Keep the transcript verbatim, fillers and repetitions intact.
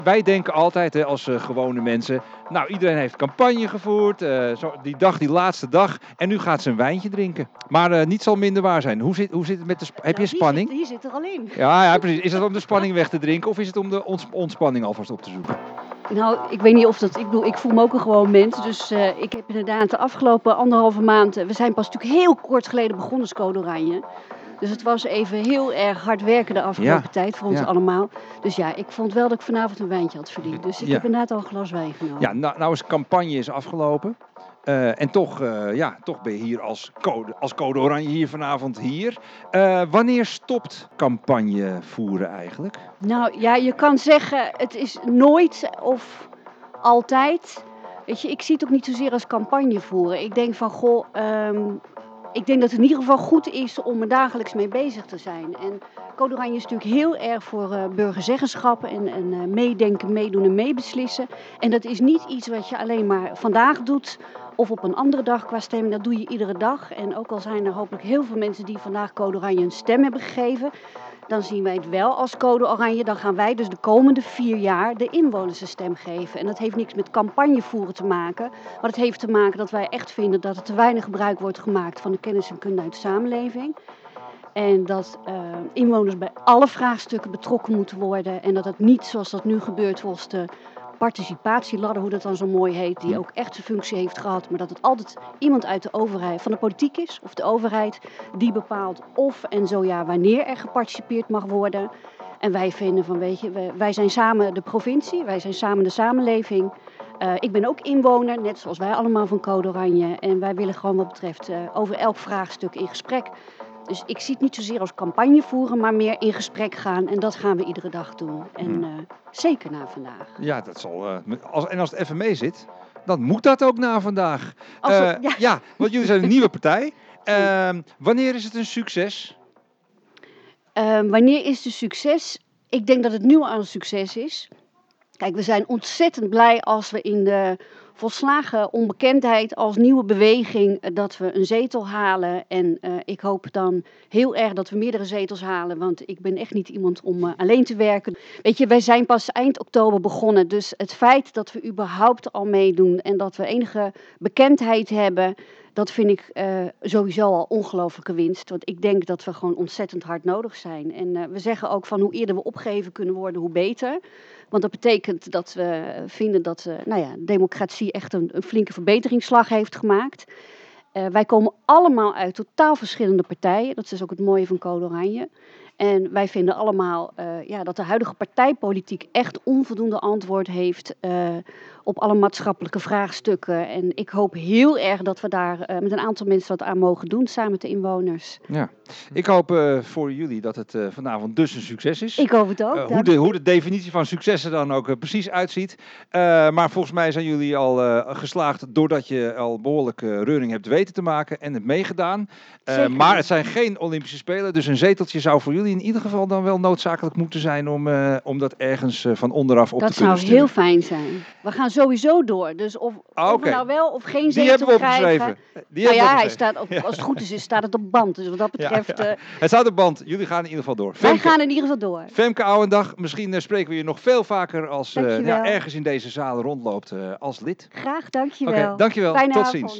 Wij denken altijd hè, als uh, gewone mensen, nou iedereen heeft campagne gevoerd, uh, zo, die dag, die laatste dag en nu gaat ze een wijntje drinken. Maar uh, niets zal minder waar zijn. Hoe zit, hoe zit het met de sp- Heb Nou, je spanning? Die zit, die zit er al in. Ja, ja, precies. Is het om de spanning weg te drinken of is het om de ons- ontspanning alvast op te zoeken? Nou, ik weet niet of dat... Ik bedoel, ik voel me ook een gewoon mens. Dus uh, ik heb inderdaad de afgelopen anderhalve maand... We zijn pas natuurlijk heel kort geleden begonnen als Code Oranje. Dus het was even heel erg hard werken de afgelopen Ja, tijd voor ons ja. allemaal. Dus ja, ik vond wel dat ik vanavond een wijntje had verdiend. Dus ik Ja. heb inderdaad al een glas wijn genomen. Ja, nou, nou is de campagne is afgelopen. Uh, en toch, uh, ja, toch ben je hier als code, als code Oranje hier vanavond hier. Uh, wanneer stopt campagne voeren eigenlijk? Nou ja, je kan zeggen het is nooit of altijd. Weet je, ik zie het ook niet zozeer als campagne voeren. Ik denk van goh, um, ik denk dat het in ieder geval goed is om er dagelijks mee bezig te zijn. En Code Oranje is natuurlijk heel erg voor uh, burgerzeggenschap en, en uh, meedenken, meedoen en meebeslissen. En dat is niet iets wat je alleen maar vandaag doet of op een andere dag qua stemming. Dat doe je iedere dag. En ook al zijn er hopelijk heel veel mensen die vandaag Code Oranje een stem hebben gegeven, dan zien wij het wel als Code Oranje. Dan gaan wij dus de komende vier jaar de inwoners een stem geven. En dat heeft niks met campagne voeren te maken. Maar het heeft te maken dat wij echt vinden dat er te weinig gebruik wordt gemaakt van de kennis en kunde uit de samenleving. En dat uh, inwoners bij alle vraagstukken betrokken moeten worden. En dat het niet zoals dat nu gebeurt volgens de participatieladder, hoe dat dan zo mooi heet, die ook echt zijn functie heeft gehad. Maar dat het altijd iemand uit de overheid, van de politiek is, of de overheid, die bepaalt of en zo ja, wanneer er geparticipeerd mag worden. En wij vinden van, weet je, wij, wij zijn samen de provincie, wij zijn samen de samenleving. Uh, ik ben ook inwoner, net zoals wij allemaal van Code Oranje. En wij willen gewoon wat betreft uh, over elk vraagstuk in gesprek. Dus ik zie het niet zozeer als campagne voeren, maar meer in gesprek gaan. En dat gaan we iedere dag doen. En uh, zeker na vandaag. Ja, dat zal. Uh, als, en als het even mee zit, dan moet dat ook na vandaag. Als we, uh, ja. ja, want jullie zijn een nieuwe partij. Uh, wanneer is het een succes? Uh, wanneer is het succes? Ik denk dat het nu al een succes is. Kijk, we zijn ontzettend blij als we in de volslagen onbekendheid als nieuwe beweging dat we een zetel halen. En uh, ik hoop dan heel erg dat we meerdere zetels halen, want ik ben echt niet iemand om uh, alleen te werken. Weet je, wij zijn pas eind oktober begonnen, dus het feit dat we überhaupt al meedoen en dat we enige bekendheid hebben, dat vind ik uh, sowieso al ongelooflijke winst. Want ik denk dat we gewoon ontzettend hard nodig zijn. En uh, we zeggen ook van hoe eerder we opgegeven kunnen worden, hoe beter. Want dat betekent dat we vinden dat uh, nou ja, democratie echt een, een flinke verbeteringsslag heeft gemaakt. Uh, wij komen allemaal uit totaal verschillende partijen. Dat is dus ook het mooie van Code Oranje. En wij vinden allemaal uh, ja, dat de huidige partijpolitiek echt onvoldoende antwoord heeft uh, op alle maatschappelijke vraagstukken. En ik hoop heel erg dat we daar uh, met een aantal mensen wat aan mogen doen, samen met de inwoners. Ja, ik hoop uh, voor jullie dat het uh, vanavond dus een succes is. Ik hoop het ook. Uh, hoe, de, hoe de definitie van succes er dan ook uh, precies uitziet. Uh, maar volgens mij zijn jullie al uh, geslaagd doordat je al behoorlijk uh, reuring hebt weten te maken en hebt meegedaan. Uh, maar het zijn geen Olympische Spelen, dus een zeteltje zou voor jullie in ieder geval dan wel noodzakelijk moeten zijn om, uh, om dat ergens uh, van onderaf op dat te kunnen sturen. Dat sturen. zou heel fijn zijn. We gaan sowieso door, dus of, ah, of okay. we nou wel of geen Die zetel hebben we krijgen. opgeschreven. Die nou ja, we hij staat op, ja. als het goed is, staat het op band. Dus wat dat betreft... Ja, ja. Uh, het staat op band. Jullie gaan in ieder geval door. Wij Femke, gaan in ieder geval door. Femke Ouwendag, misschien uh, spreken we je nog veel vaker als uh, ja, ergens in deze zaal rondloopt uh, als lid. Graag, dankjewel. Oké, okay, dankjewel. Fijne Tot avond. ziens.